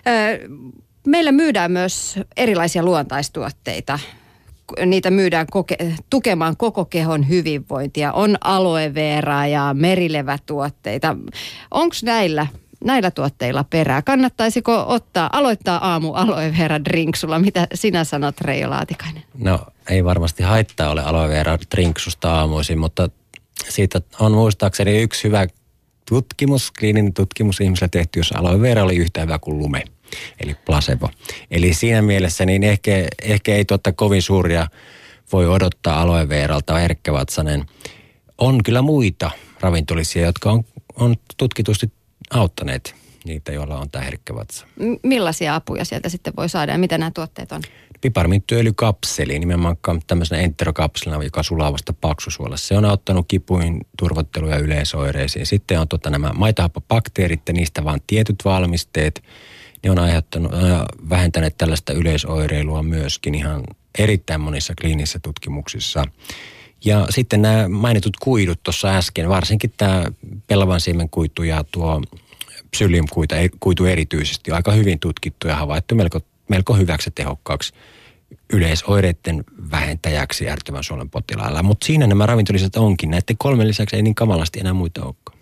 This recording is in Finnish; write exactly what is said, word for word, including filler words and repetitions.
Meillä myydään myös erilaisia luontaistuotteita. Niitä myydään koke- tukemaan koko kehon hyvinvointia. On aloe vera ja merilevätuotteita. Onko näillä, näillä tuotteilla perää? Kannattaisiko ottaa, aloittaa aamu aloe vera drinksulla? Mitä sinä sanot, Reijo Laatikainen? No ei varmasti haittaa ole aloe vera drinksusta aamuisin, mutta siitä on muistaakseni yksi hyvä tutkimus, kliininen tutkimus ihmisillä tehty, jos aloe vera oli yhtä hyvä kuin lume, eli placebo. Eli siinä mielessä niin ehkä, ehkä ei tuota kovin suuria voi odottaa aloe veralta. Erkkä Vatsanen. On kyllä muita ravintolisia, jotka on, on tutkitusti auttaneet niitä, joilla on tämä herkkä vatsa. M- millaisia apuja sieltä sitten voi saada ja mitä nämä tuotteet on? Piparminttyöljykapseli, nimenomaan tämmöisenä enterokapselina, joka sulaa vasta paksusuolassa. Se on auttanut kipuihin, turvottelu- ja yleisoireisiin. Sitten on tota nämä maitohappobakteerit ja niistä vaan tietyt valmisteet. Ne on aiheuttanut, vähentäneet tällaista yleisoireilua myöskin ihan erittäin monissa kliinisissä tutkimuksissa. Ja sitten nämä mainitut kuidut tuossa äsken, varsinkin tämä pellavan siemenkuitu ja tuo psylliumkuitu erityisesti, on aika hyvin tutkittu ja havaittu melko, melko hyväksi ja tehokkaaksi yleisoireiden vähentäjäksi ärtyvän suolen potilailla. Mutta siinä nämä ravintoliset onkin. Näiden kolmen lisäksi ei niin kamalasti enää muita olekaan.